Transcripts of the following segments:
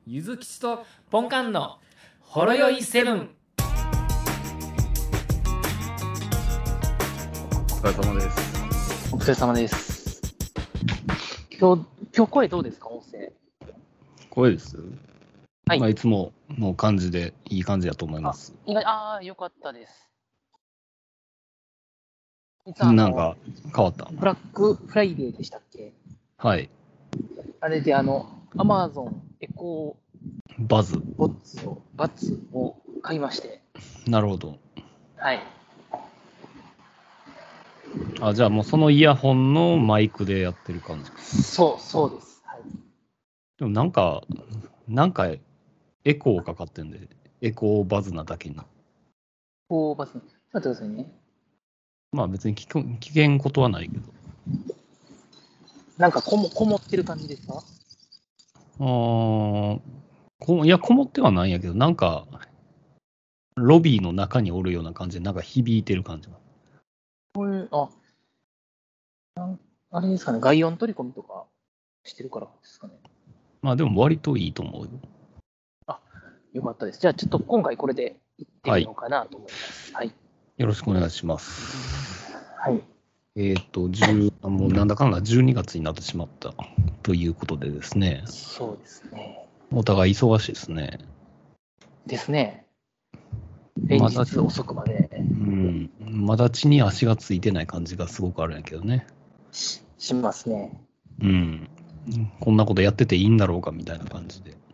ゆずきちとポンカンのほろよいセブン。 お疲れ様です。 お疲れ様です。今日声どうですか、音声。 声です。 はい。 まあ、いつもの感じでいい感じだと思います。 よかったです。 なんか変わった。 ブラックフライデーでしたっけ？ はい。 あれでアマゾンエコバズ。 バッツを買いまして。 なるほど。 はい。 あ、じゃあもうそのイヤホンのマイクでやってる感じか。 そうです。はい。 でもなんかエコーかかってんで、エコーバズなだけに。 バツ。ちょっと待ってくださいね。 まあ別に聞けんことはないけど。 なんかこもってる感じですか？ いや、こもってはないんやけど、なんか、ロビーの中におるような感じで、なんか響いてる感じが。 あれですかね、外音取り込みとかしてるからですかね。 まあでも割といいと思うよ。 よかったです。じゃあちょっと今回これで行ってみようかなと思います。はい。 よろしくお願いします。 はい。 もうなんだかんだ12月になってしまったということでですね。 そうですね。 お互い忙しいですね。 ですね。連日遅くまで。 まだ地に足がついてない感じがすごくあるんやけどね。 しますね。 こんなことやってていいんだろうかみたいな感じで。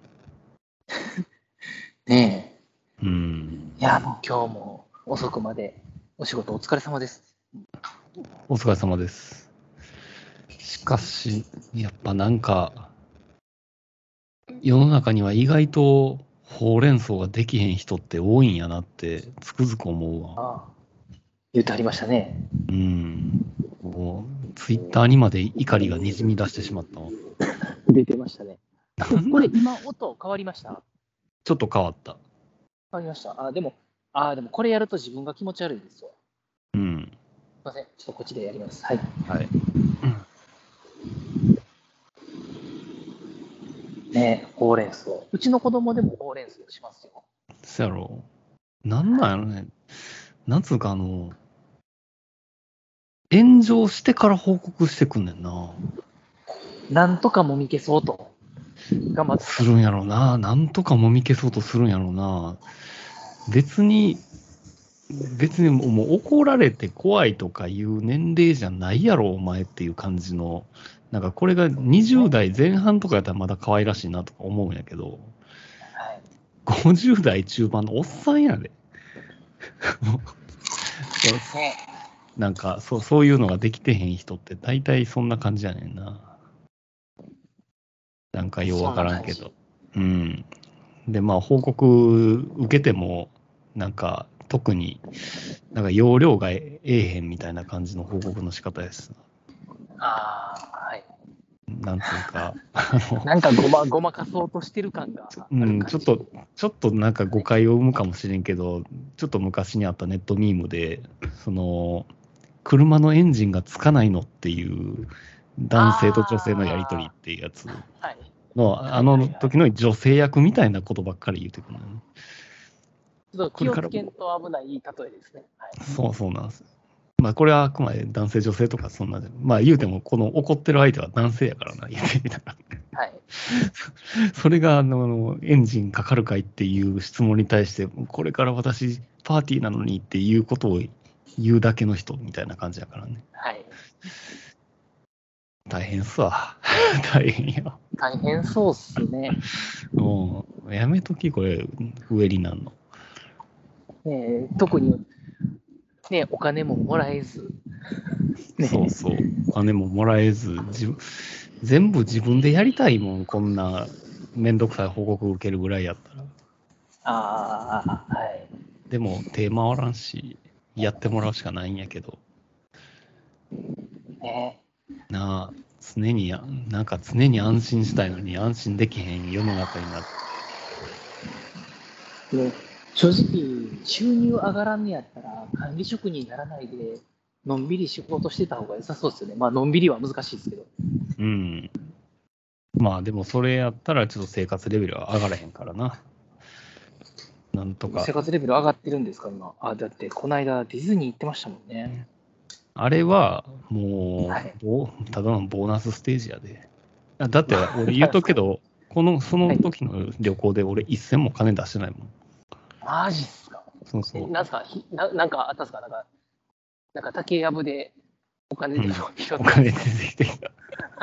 ねえ。 いや、もう今日も遅くまでお仕事お疲れ様です。 お疲れ様です。しかし、やっぱなんか、世の中には意外とほうれん草ができへん人って多いんやなってつくづく思うわ。 言ってありましたね。 もうツイッターにまで怒りがにじみ出してしまったわ。 出てましたね。これ今音変わりました？ ちょっと変わった。 変わりました。でもこれやると自分が気持ち悪いんですよ。すいません。ちょっとこっちでやります。はい。 はい。 ねえ、ほうれん草。うちの子供でもほうれん草しますよ。 そやろ。なんなんやろね。なんつうか炎上してから報告してくんねんな。 なんとかもみ消そうと。頑張ってするんやろうな。なんとかもみ消そうとするんやろうな。別にもう怒られて怖いとかいう年齢じゃないやろ、お前っていう感じの。なんかこれが20代前半とかやったらまだ可愛らしいなとか思うんやけど、 はい、 50代中盤のおっさんやで。なんかそういうのができてへん人って大体そんな感じやねんな。なんかようわからんけど。で、まあ報告受けても、なんか特になんか容量がええへんみたいな感じの報告の仕方です。 はい。 なんつうか、 なんかごまかそうとしてる感がある感じ。 ちょっとなんか誤解を生むかもしれんけど、ちょっと昔にあったネットミームで、車のエンジンがつかないのっていう男性と女性のやりとりっていうやつの、あの時の女性役みたいなことばっかり言うてくるのね。 ちょっと気をつけんと危ない例えですね。はい、 そうなんです。まあこれはあくまで男性女性とかそんなで、まあ言うてもこの怒ってる相手は男性やからな、言ってみたら。 はい。 それがエンジンかかるかいっていう質問に対して、これから私パーティーなのにっていうことを言うだけの人みたいな感じやからね。 はい。 大変っすわ。大変よ。 大変そうっすね。 もうやめとき、これ、上になんの。 特に、ね、お金ももらえず。 ね、そう。お金ももらえず、全部自分でやりたいもん、こんなめんどくさい報告受けるぐらいやったら。 はい。 でも、手回らんし、やってもらうしかないんやけど。なあ、常に安心したいのに安心できへん世の中になって。 正直、収入上がらんねやったら、管理職にならないで、のんびり仕事してた方が良さそうですよね。まあ、のんびりは難しいですけど。 まあでもそれやったらちょっと生活レベルは上がらへんからな。なんとか。 生活レベル上がってるんですか、今。あ、だってこの間ディズニー行ってましたもんね。 あれはもはい。 う、ただのボーナスステージやで。だって俺言うとくけど、その時の旅行で俺一銭も金出してないもん。 マジっすか。 そうそう。 なんすか、なんかあったんすか、なんか竹やぶでお金で拾ってお金出てきてきた。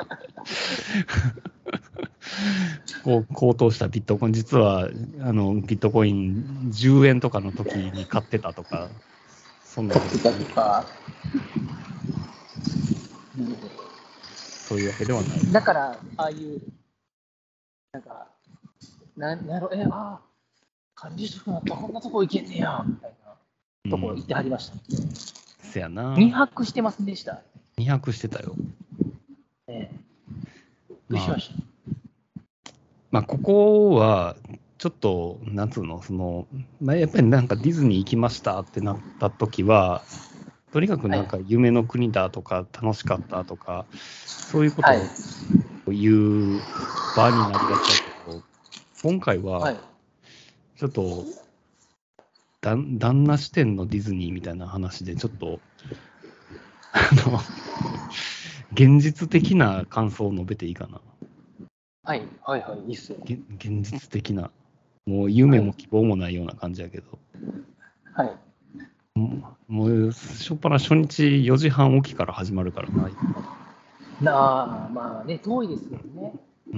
高騰したビットコイン、実はビットコイン10円とかの時に買ってたとか、そんなこととか。 そういうわけではない。 だから、ああいう、なんか、なんやろ、管理職なったらこんなとこ行けんねや、みたいなとこ行ってはりました。 せやな。 2泊してませんでした。 2泊してたよ。 びっくりしました。 まあ、ここは、ちょっと、なんつうの、やっぱりなんかディズニー行きましたってなった時は、とにかくなんか夢の国だとか、楽しかったとか、そういうことを言う場になりがちだけど、今回は、ちょっと、旦那視点のディズニーみたいな話で、ちょっと、現実的な感想を述べていいかな。 はいはいはい、いいっすよ。 現実的な、もう夢も希望もないような感じやけど、 はい。 もう初っ端初日4時半起きから始まるからな。 まあね、遠いですよね。 うん。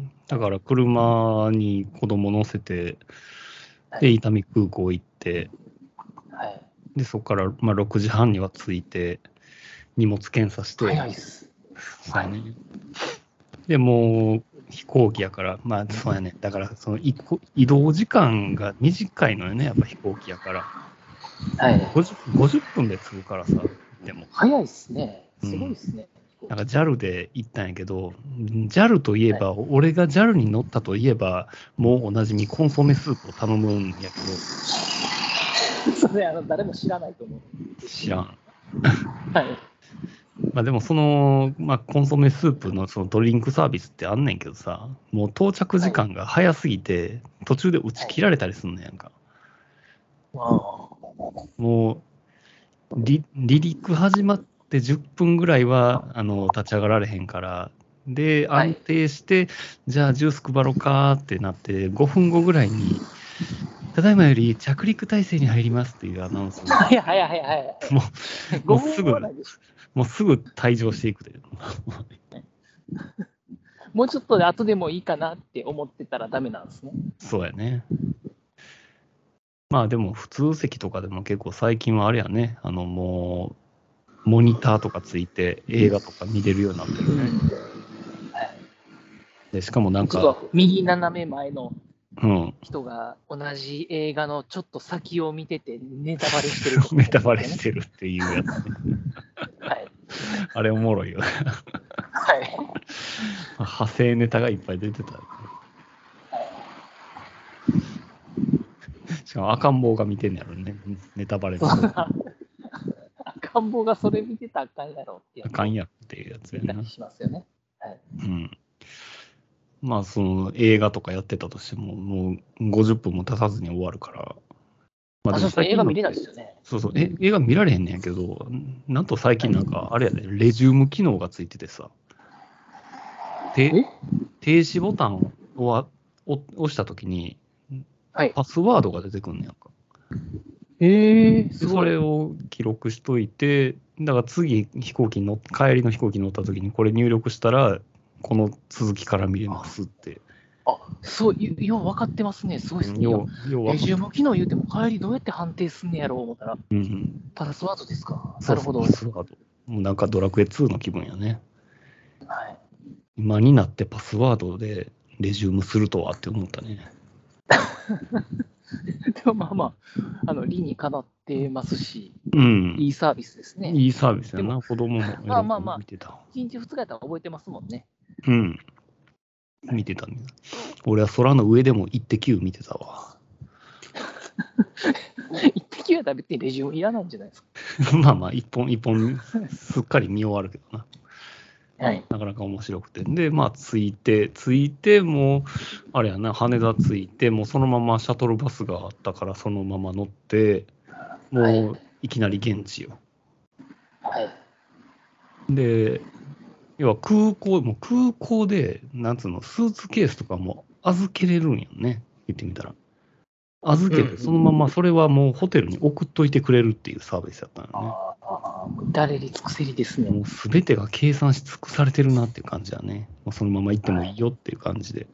だから車に子供乗せて、で、伊丹空港行って、 はい。 で、そこからまあ6時半には着いて、荷物検査して、 早いっす。 そうやね。で、もう飛行機やから、まあそうやね。だからその移動時間が短いのよね、やっぱ飛行機やから。 はい。 50分で着くからさ、でも。 早いっすね。すごいっすね。 なんか JAL で行ったんやけど、JAL といえば、俺が JAL に乗ったといえば、もうおなじみコンソメスープを頼むんやけど。 それ誰も知らないと思う。 知らん。 はい。 まあでもコンソメスープのそのドリンクサービスってあんねんけどさ、もう到着時間が早すぎて、途中で打ち切られたりすんねやんか。もう離陸始まって10分ぐらいは立ち上がられへんから、で、安定して、じゃあジュース配ろうかってなって、5分後ぐらいに、ただいまより着陸態勢に入りますっていうアナウンス。 はい。 もうすぐ退場していくで。 もうちょっとで後でもいいかなって思ってたらダメなんですね。 そうやね。まあでも普通席とかでも結構最近はあれやね、もうモニターとかついて映画とか見れるようになってるね。でしかもなんか、 ちょっと右斜め前の人が同じ映画のちょっと先を見ててネタバレしてる、 ネタバレしてるっていうやつね。 はい。 あれおもろいよね。 はい。 派生ネタがいっぱい出てた。しかも赤ん坊が見てんやろね、ネタバレとか。 赤ん坊がそれ見てたらあかんやろってあかんやっていうやつやな。 しますよね。はい。 まあその映画とかやってたとしても、もう50分も経たずに終わるから。 まあ、そう映画見れないですよね。 そう、映画見られへんねんやけど、なんと最近なんか、あれやで、レジューム機能がついててさ、停止ボタンを押したときに、パスワードが出てくんねやんか。それを記録しといて、だから次帰りの飛行機に乗ったときにこれ入力したら、この続きから見れますって。 そう、よう分かってますね。すごいですね。レジューム機能言うても帰りどうやって判定すんねやろう思ったら、パスワードですか。なるほど。 パスワード。もうなんかドラクエ2の気分やね。 はい。 今になってパスワードでレジュームするとはって思ったね。 でもまあ、理にかなってますし、いいサービスですね。 いいサービスやな、子供も見てた。 1日2日やったら覚えてますもんね。 見てたね。俺は空の上でもイッテ Q 見てたわ。 イッテ Q やったら別にレジュームいらないんじゃないですか。 まあ一本すっかり見終わるけどな。 はい。 なかなか面白くて。で、まあ、着いて、もう、あれやな、羽田着いて、もうそのままシャトルバスがあったから、そのまま乗って、もう、いきなり現地よ。 はい。 で、要は空港で、なんつうの、スーツケースとかも預けれるんよね、言ってみたら。預けて、そのまま、それはもうホテルに送っといてくれるっていうサービスやったのよね。 至れり尽くせりですね。 もうすべてが計算し尽くされてるなっていう感じだね。もうそのまま行ってもいいよっていう感じで。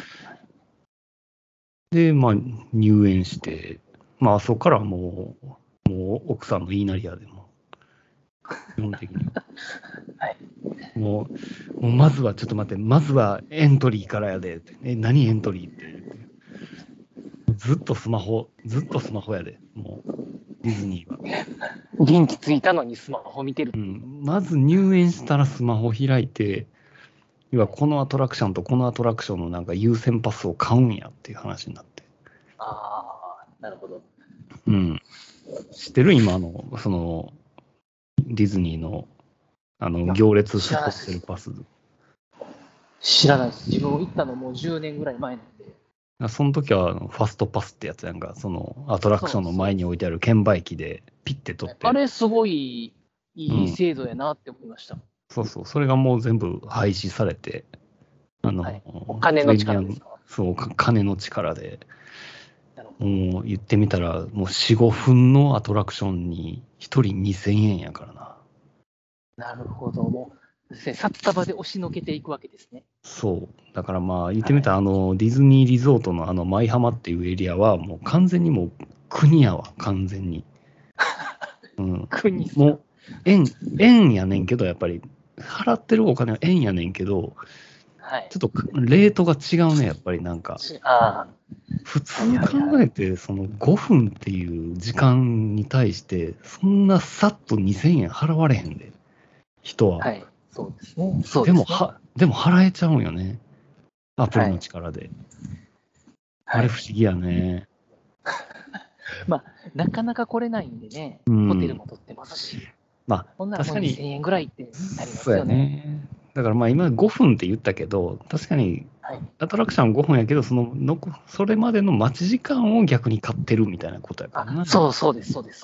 で、まあ、入園して、まあ、そこからはもう奥さんの言いなりやでも、基本的に。 はい。 もうまずはちょっと待って、まずはエントリーからやでって。何エントリーって言って。ずっとスマホやで。もう、ディズニーは。 元気ついたのにスマホ見てる。 まず入園したらスマホ開いて、要はこのアトラクションとこのアトラクションのなんか優先パスを買うんやっていう話になって。 ああ、なるほど。 知ってる今の、その、ディズニーの、行列スッとしてるパス。 知らないです。自分行ったのもう10年ぐらい前なんで。 その時はファストパスってやつやんか、そのアトラクションの前に置いてある券売機でピッて取って。 あれすごいいい制度やなって思いました。 そうそう、それがもう全部廃止されて、 お金の力ですか？ そう、金の力で、もう言ってみたら、もう4、5分のアトラクションに1人2000円やからな。 なるほど、もう、札束で押しのけていくわけですね。 そう。だからまあ言ってみたら、ディズニーリゾートの舞浜っていうエリアは、もう完全にもう国やわ、完全に。 国もう円やねんけど、やっぱり払ってるお金は円やねんけど、ちょっとレートが違うね、やっぱりなんか。普通に考えて、その5分っていう時間に対して、そんなさっと2000円払われへんで、人は。 はい、そうですね。 でも払えちゃうんよね。アプリの力で。あれ不思議やね。 まあ、なかなか来れないんでね、ホテルも取ってますし。 まあ、 ほんならもう2000円ぐらいってなりますそうやよね。 ね。だからまあ今5分って言ったけど、確かにアトラクション5分やけど、それまでの待ち時間を逆に買ってるみたいなことやからな。 そうです。その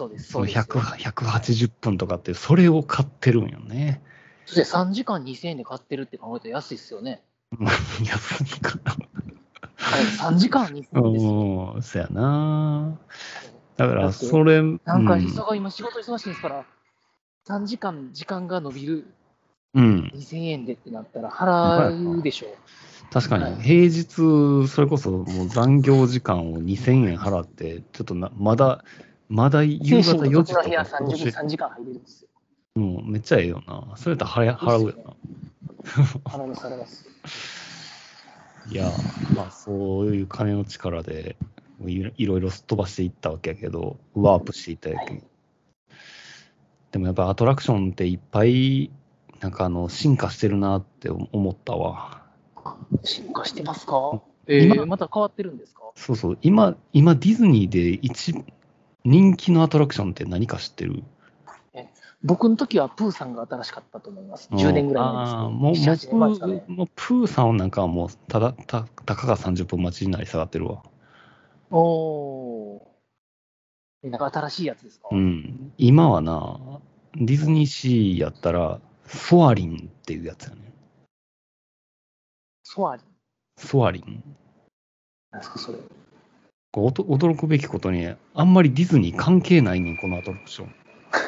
180分とかって、それを買ってるんよね。 そして3時間2000円で買ってるって考えたら安いですよね。 安いかな。 3時間2000円ですよ。 そうやな。だからそれ、 なんか今仕事忙しいんですから、3時間時間が伸びる2000円でってなったら払うでしょう。 確かに、平日、それこそもう残業時間を2000円払って、ちょっとまだ夕方4時とか。 部屋3時間入れるんですよ。 めっちゃええよな。それやったら払うよな。 払います。 いや、まあそういう金の力で、いろいろすっ飛ばしていったわけやけど、ワープしていったわけ。でもやっぱアトラクションっていっぱい、なんか進化してるなって思ったわ。 進化してますか？また変わってるんですか？ そうそう。今ディズニーで人気のアトラクションって何か知ってる？ 僕の時はプーさんが新しかったと思います。10年ぐらい前ですけど。 もうプーさんなんかはもうたかが30分待ちになり下がってるわ。 なんか新しいやつですか？ 今はな、ディズニーシーやったら、ソアリンっていうやつやね。 ソアリンなんですか、それ。 驚くべきことに、あんまりディズニー関係ないねん、このアトラクション。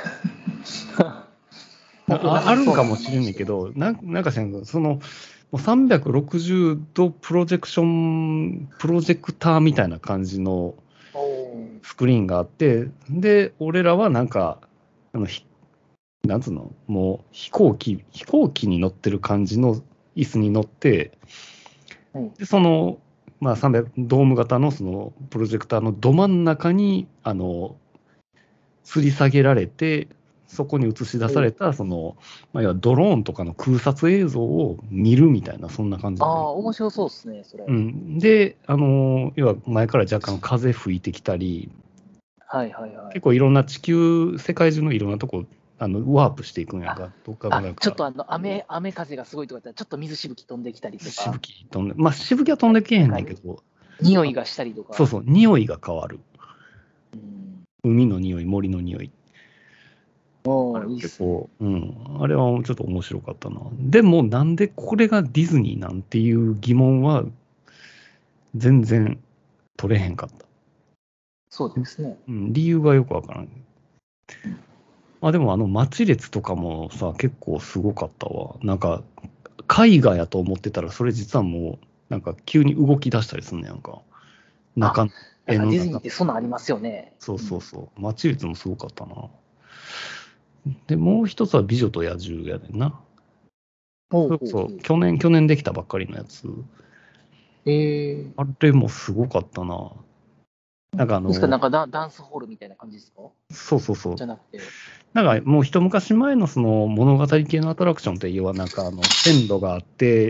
あるんかもしれんねんけど、なんか知らんけど、その、360度プロジェクターみたいな感じのスクリーンがあって、で、俺らはなんか、なんつうの、もう飛行機に乗ってる感じの椅子に乗って、で、その、まあ、ドーム型のそのプロジェクターのど真ん中に、吊り下げられて、そこに映し出された、その、まあ、要はドローンとかの空撮映像を見るみたいな、そんな感じで、ね。 面白そうですね、それ。 で、要は前から若干風吹いてきたり、 結構いろんな世界中のいろんなとこ、 ワープしていくんやんか、どっかがなんか。 ちょっと雨風がすごいとかやったら、ちょっと水しぶき飛んできたりとしか、 ぶき飛んで、まあ、しぶきは飛んでけへんねんけど、 匂いがしたりとか。 そうそう、匂いが変わる。 うん。 海の匂い、森の匂い。 いいっすね。 結構、あれはちょっと面白かったな。でも、なんでこれがディズニーなんていう疑問は全然取れへんかった。 そうですね。 理由がよくわからん。まあでも待ち列とかもさ、結構すごかったわ。なんか、絵画やと思ってたら、それ実はもう、なんか急に動き出したりすんねやんか。中の、 だから絵の中。 ディズニーってそんなんありますよね。 そうそうそう。待ち列もすごかったな。で、もう一つは美女と野獣やねんな。そう、去年できたばっかりのやつ。あれもすごかったな。なんかですか、なんかダンスホールみたいな感じですか？ そうそうそう。 じゃなくて。 なんかもう一昔前のその物語系のアトラクションって要はなんか線路があって、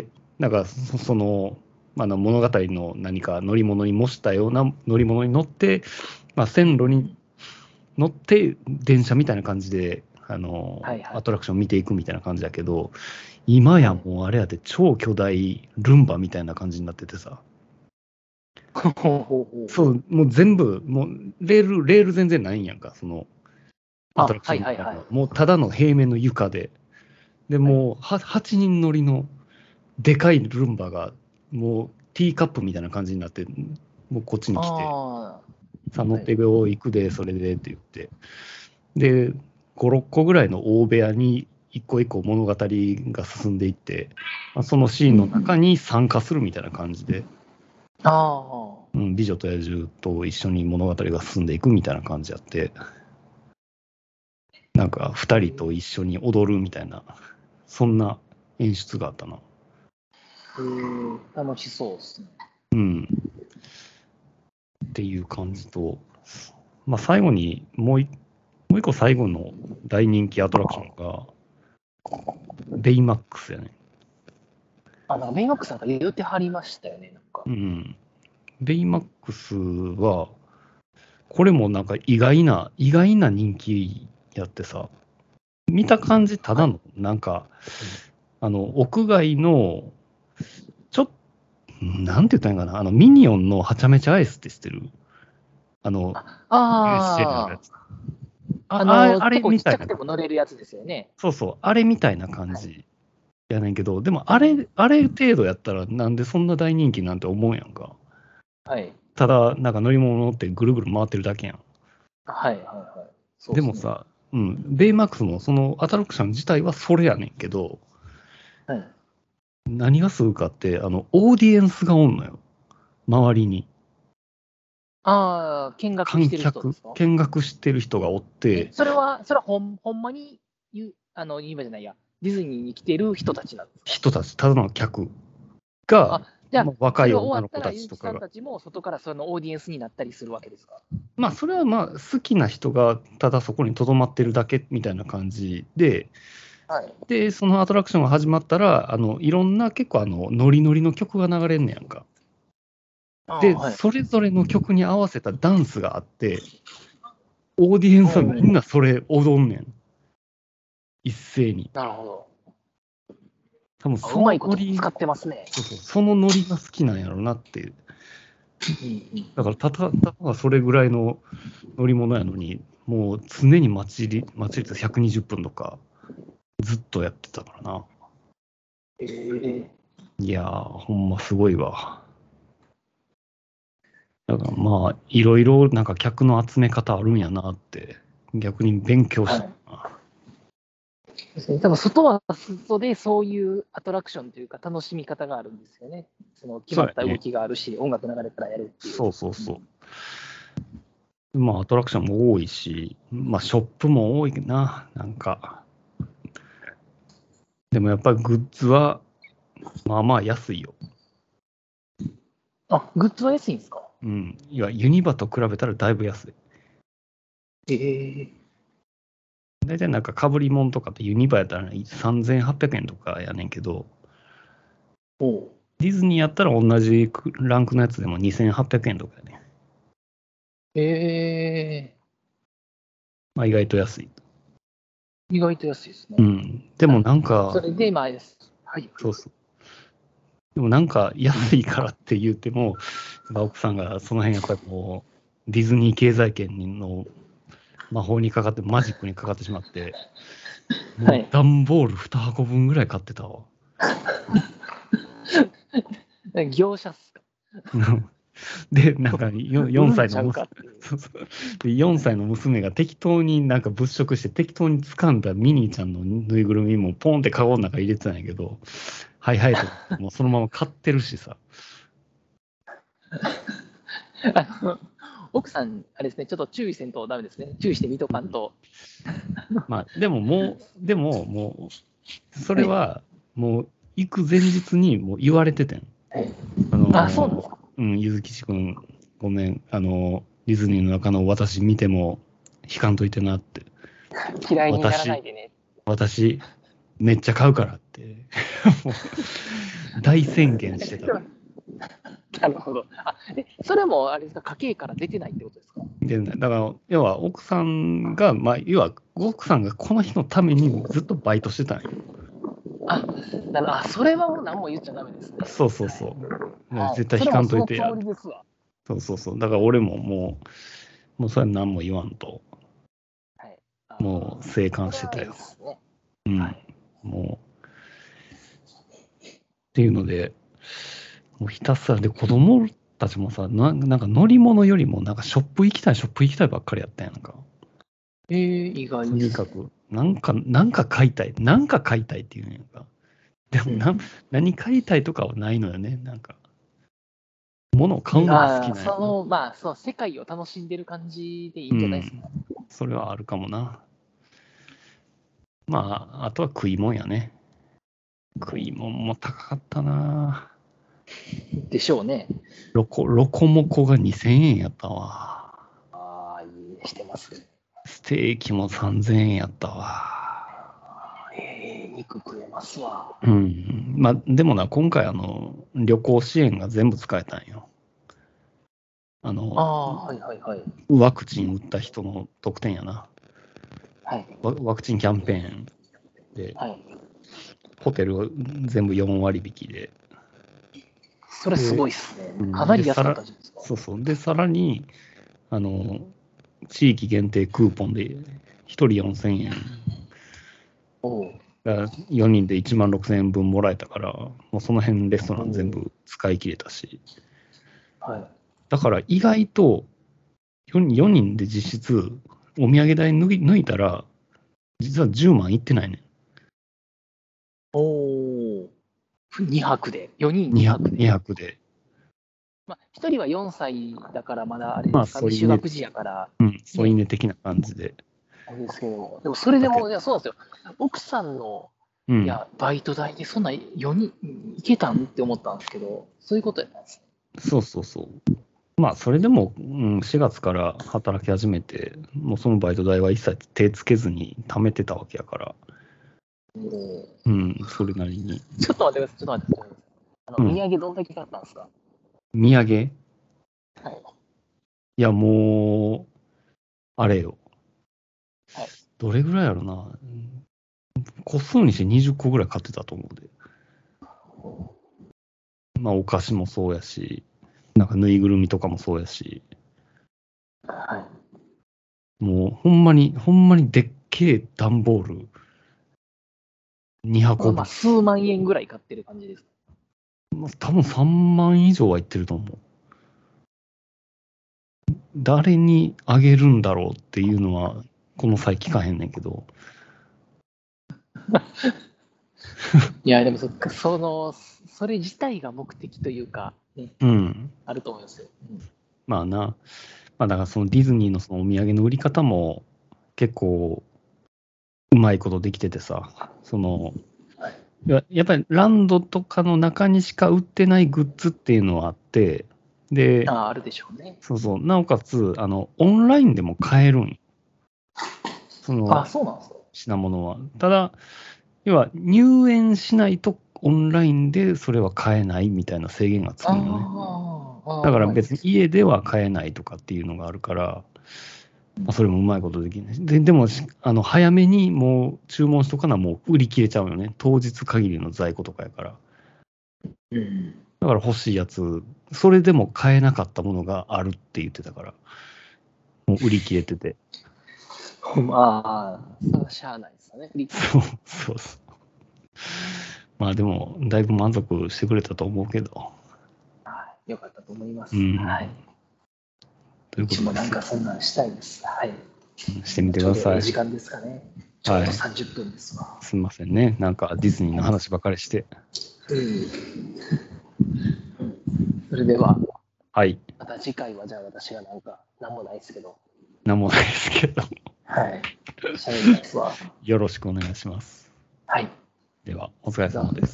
なんかその、物語の何か乗り物に模したような乗り物に乗って、線路に乗って電車みたいな感じでアトラクション見ていくみたいな感じだけど、今やもうあれやで超巨大ルンバみたいな感じになっててさ。そう、もう全部、もうレール全然ないんやんか、そのアトラクションみたいな。もうただの平面の床で。で、もう8人乗りのでかいルンバが、もうティーカップみたいな感じになって、もうこっちに来て、さあ乗ってよ、行くで、それでって言って。で、5、6個ぐらいの大部屋に一個一個物語が進んでいって、そのシーンの中に参加するみたいな感じで、美女と野獣と一緒に物語が進んでいくみたいな感じやって、なんか2人と一緒に踊るみたいな、そんな演出があったな。 楽しそうですね。 っていう感じと、最後にもう一個最後の大人気アトラクションが、ベイマックスやね。 ベイマックスなんか言ってはりましたよね、なんか。 ベイマックスは、これもなんか意外な人気やってさ、見た感じ、ただの、なんか、屋外の、なんて言ったらいいんかな、ミニオンのはちゃめちゃアイスって知ってるUSJ にあるやつ。あれみたいな。 ちっちゃくても乗れるやつですよね。 そうそう、あれみたいな感じやねんけど、でもあれ程度やったらなんでそんな大人気なんて思うやんか。ただ、なんか乗り物乗ってぐるぐる回ってるだけやん。でもさ、ベイマックスのそのアトラクション自体はそれやねんけど、何がするかって、オーディエンスがおんのよ。周りに。 見学してる人ですか？ 見学してる人がおって。 それはほんまに今じゃないや、ディズニーに来てる人たちなんですか？ 人たち、ただの客が、若い女の子たちとかが。 それが終わったら、ユージさんたちも外からそのオーディエンスになったりするわけですか？ それは好きな人がただそこにとどまってるだけみたいな感じで、で、そのアトラクションが始まったら、いろんな結構ノリノリの曲が流れんねやんか。で、それぞれの曲に合わせたダンスがあって、オーディエンスはみんなそれ踊んねん。一斉に。 なるほど。 多分うまいこと使ってますね。 そのノリが好きなんやろうなっていう。だからただそれぐらいの乗り物やのに、もう常に待ち率120分とかずっとやってたからな。いやー、ほんますごいわ。だからいろいろなんか客の集め方あるんやなって、逆に勉強したな。 多分外は外でそういうアトラクションというか楽しみ方があるんですよね。その決まった動きがあるし、音楽流れたらやるっていう。 そうそうそう。アトラクションも多いし、ショップも多いな、なんか。でもやっぱりグッズは、安いよ。 グッズは安いんですか？ いや、ユニバと比べたらだいぶ安い。大体なんか被り物とかってユニバやったら3800円とかやねんけど、ディズニーやったら同じランクのやつでも2800円とかやね。意外と安い。 意外と安いですね。 うん。でもなんか、 それで、まあ、はい。 そうそう。でもなんか安いからって言っても、奥さんがその辺やっぱりもうディズニー経済圏の魔法にかかって、マジックにかかってしまって、もう段ボール2箱分ぐらい買ってたわ。 業者っすか。 で、なんか4歳の4歳の娘が適当になんか物色して適当に掴んだミニーちゃんのぬいぐるみもポンってカゴの中入れてたんやけど、はいはいと、もうそのまま買ってるしさ。 奥さん、あれですね、ちょっと注意せんとダメですね。注意して見とかんと。 まあ、でも、それはもう行く前日にもう言われててん。 そうなんですか。 ゆずきちくん、ごめん、ディズニーの中の私見ても引かんといてなって。 嫌いにならないでね。 私、めっちゃ買うからって、もう大宣言してた。 なるほど。それもあれですか、家計から出てないってことですか？ 出ない。だから、要は奥さんが、奥さんがこの日のためにずっとバイトしてたんよ。 それはもう何も言っちゃダメですね。 そうそうそう。もう絶対引かんといてや。そうそうそう。だから俺ももうそれは何も言わんと。はい、もう静観してたよ。うん。もう。っていうので、もうひたすらで子供たちもさ、なんか乗り物よりもなんかショップ行きたいばっかりやったんやんか。 意外とにかく、なんか買いたいっていうんやんか。でも何買いたいとかはないのよね、なんか。物を買うのが好きなの。その世界を楽しんでる感じでいいんじゃないですか。 それはあるかもな。あとは食い物やね。食い物も高かったな。 でしょうね。 ロコモコが2000円やったわ。 いいねしてますね。 ステーキも3000円やったわ。 肉食えますわ。 うん。でもな、今回旅行支援が全部使えたんよ。ワクチン打った人の特典やな。 はい。 ワクチンキャンペーンで、ホテル全部4割引きで。 それすごいっすね。かなり安かったじゃないですか。 そうそう。で、さらに、地域限定クーポンで1人4000円。4人で1万6000円分もらえたから、もうその辺レストラン全部使い切れたし。だから意外と4人で実質お土産代抜いたら、実は10万いってないね。 2泊で、4人 2泊で。 1人は4歳だからまだあれですか、未就学児やから。 添い寝的な感じで。 ですけど、でもそれでも、そうなんですよ。奥さんの、バイト代でそんな4人いけたんって思ったんですけど、そういうことやったんですね。 そうそうそう。それでも、4月から働き始めて、もうそのバイト代は一切手つけずに貯めてたわけやから。それなりに。 ちょっと待ってください。土産どんだけ買ったんですか？ 土産？はい。いや、もう、あれよ。はい。どれぐらいやろな。個数にして20個ぐらい買ってたと思うで。お菓子もそうやし、なんかぬいぐるみとかもそうやし。はい。もう、ほんまにでっけえ段ボール2箱分。 数万円ぐらい買ってる感じです。 多分3万以上はいってると思う。誰にあげるんだろうっていうのは、この際聞かへんねんけど。 いや、でもそれ自体が目的というか、ね、あると思いますよ。 だからそのディズニーのそのお土産の売り方も結構うまいことできててさ、やっぱりランドとかの中にしか売ってないグッズっていうのはあって、で、 あるでしょうね。 そうそう、なおかつ、オンラインでも買えるんよ。 そうなんですか。 品物は。ただ、要は入園しないとオンラインでそれは買えないみたいな制限がつくのね。だから別に家では買えないとかっていうのがあるから、 それもうまいことできないし。でも、早めにもう注文しとかな、もう売り切れちゃうよね。当日限りの在庫とかやから。だから欲しいやつ、それでも買えなかったものがあるって言ってたから、もう売り切れてて。 まあ、それはしゃあないですよね。 そう。まあでも、だいぶ満足してくれたと思うけど。 よかったと思います。 はい。 うちもなんかそんなんしたいです。はい。 してみてください。 時間ですかね。ちょうど30分ですわ。 すみませんね。なんかディズニーの話ばかりして。 それでは、 はい。 また次回はじゃあ私がなんか何もないですけど。 何もないですけど。 はい。喋りますわ。 よろしくお願いします。 はい。 では、お疲れ様です。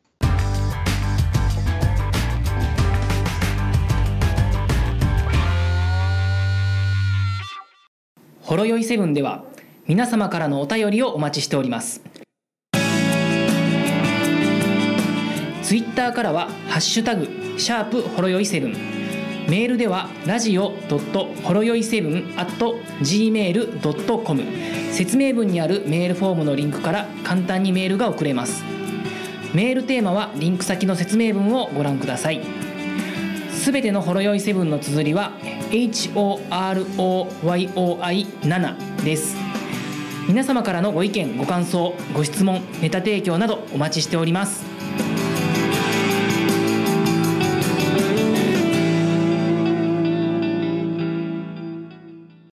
ほろよい7では皆様からのお便りをお待ちしております。ツイッターからはハッシュタグ#ほろよい7、メールではradio.ほろよい7@gmail.com、説明文にあるメールフォームのリンクから簡単にメールが送れます。メールテーマはリンク先の説明文をご覧ください。すべてのほろよい7の綴りは HOROYOI7 です。皆様からのご意見、ご感想、ご質問、ネタ提供などお待ちしております。